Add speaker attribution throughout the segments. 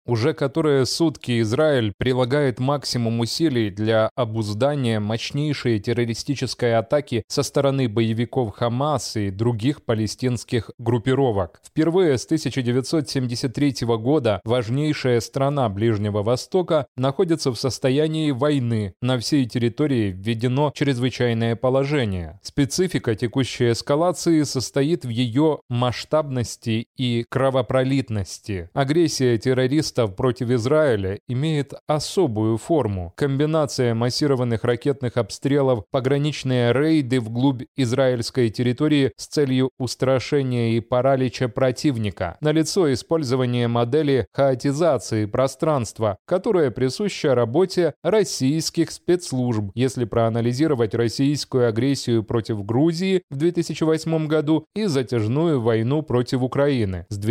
Speaker 1: Уже которые сутки Израиль прилагает максимум усилий для обуздания мощнейшей террористической атаки со стороны боевиков Хамас и других палестинских группировок. Впервые с 1973 года важнейшая страна Ближнего Востока находится в состоянии войны. На всей территории введено чрезвычайное положение. Специфика текущей эскалации состоит в ее масштабности и кровопролитности. Агрессия террористов против Израиля имеет особую форму. Комбинация массированных ракетных обстрелов, пограничные рейды вглубь израильской территории с целью устрашения и паралича противника. Налицо использование модели хаотизации пространства, которая присуща работе российских спецслужб. Если проанализировать российскую агрессию против Грузии в 2008 году и затяжную войну против Украины с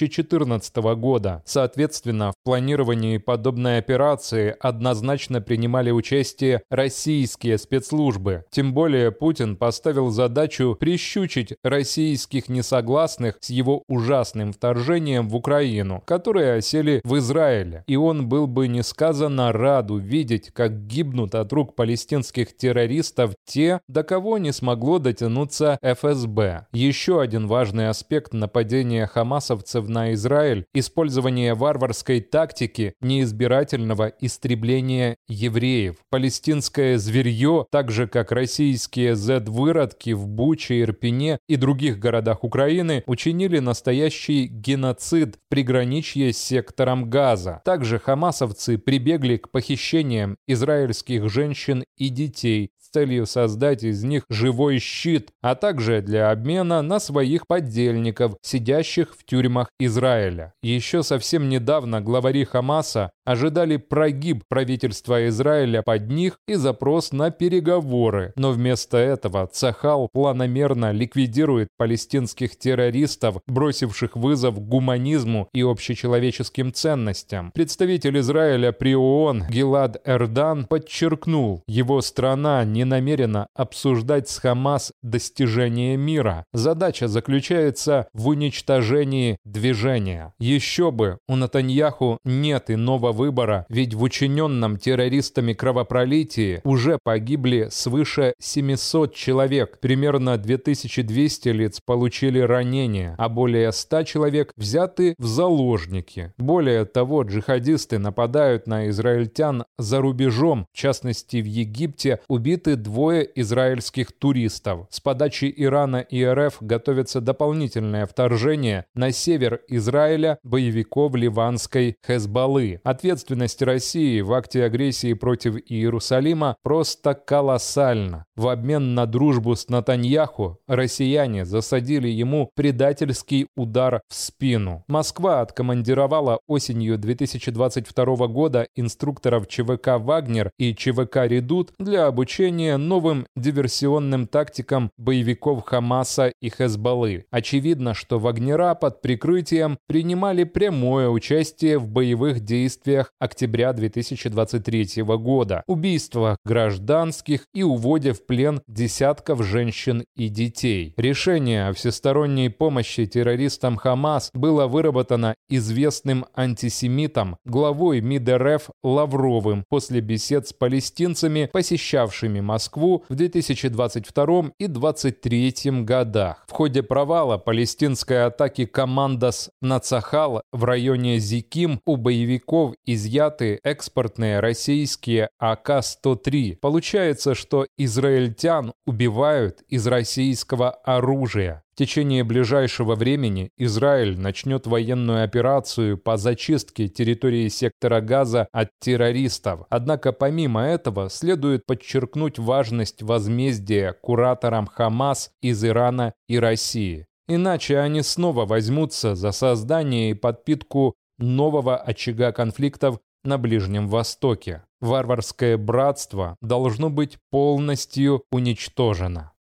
Speaker 1: 2014 года. Соответственно, в планировании подобной операции однозначно принимали участие российские спецслужбы. Тем более Путин поставил задачу прищучить российских несогласных с его ужасным вторжением в Украину, которые осели в Израиле. И он был бы несказанно рад увидеть, как гибнут от рук палестинских террористов те, до кого не смогло дотянуться ФСБ. Еще один важный аспект нападения хамасовцев на Израиль – использование варварской тактики неизбирательного истребления евреев. Палестинское зверье, так же как российские Z-выродки в Буче, Ирпене и других городах Украины, учинили настоящий геноцид в приграничье с сектором Газа. Также хамасовцы прибегли к похищениям израильских женщин и детей с целью создать из них живой щит, а также для обмена на своих подельников, сидящих в тюрьмах Израиля. Еще совсем недавно главари Хамаса ожидали прогиб правительства Израиля под них и запрос на переговоры. Но вместо этого Цахал планомерно ликвидирует палестинских террористов, бросивших вызов гуманизму и общечеловеческим ценностям. Представитель Израиля при ООН Гилад Эрдан подчеркнул, его страна не намерена обсуждать с Хамас достижение мира. Задача заключается в уничтожении движения. Еще бы, у Нетаньяху нет иного выбора, ведь в учиненном террористами кровопролитии уже погибли свыше 700 человек, примерно 2200 лиц получили ранения, а более 100 человек взяты в заложники. Более того, джихадисты нападают на израильтян за рубежом, в частности в Египте убиты 2 израильских туристов. С подачи Ирана и РФ готовится дополнительное вторжение на север Израиля боевиков ливанской Хезболлы. Ответственность России в акте агрессии против Иерусалима просто колоссальна. В обмен на дружбу с Нетаньяху россияне засадили ему предательский удар в спину. Москва откомандировала осенью 2022 года инструкторов ЧВК «Вагнер» и ЧВК «Редут» для обучения новым диверсионным тактикам боевиков Хамаса и Хезболлы. Очевидно, что вагнера под прикрытием принимали прямое участие в боевых действиях октября 2023 года, убийствах гражданских и уводе в плен десятков женщин и детей. Решение о всесторонней помощи террористам Хамас было выработано известным антисемитом, главой МИД РФ Лавровым после бесед с палестинцами, посещавшими Москву в 2022 и 2023 годах. В ходе провала палестинской атаки «Командос» на Цахал в районе Зиким у боевиков изъяты экспортные российские АК-103. Получается, что израильтян убивают из российского оружия. В течение ближайшего времени Израиль начнет военную операцию по зачистке территории сектора Газа от террористов. Однако помимо этого следует подчеркнуть важность возмездия кураторам Хамас из Ирана и России. Иначе они снова возьмутся за создание и подпитку нового очага конфликтов на Ближнем Востоке. Варварское братство должно быть полностью уничтожено.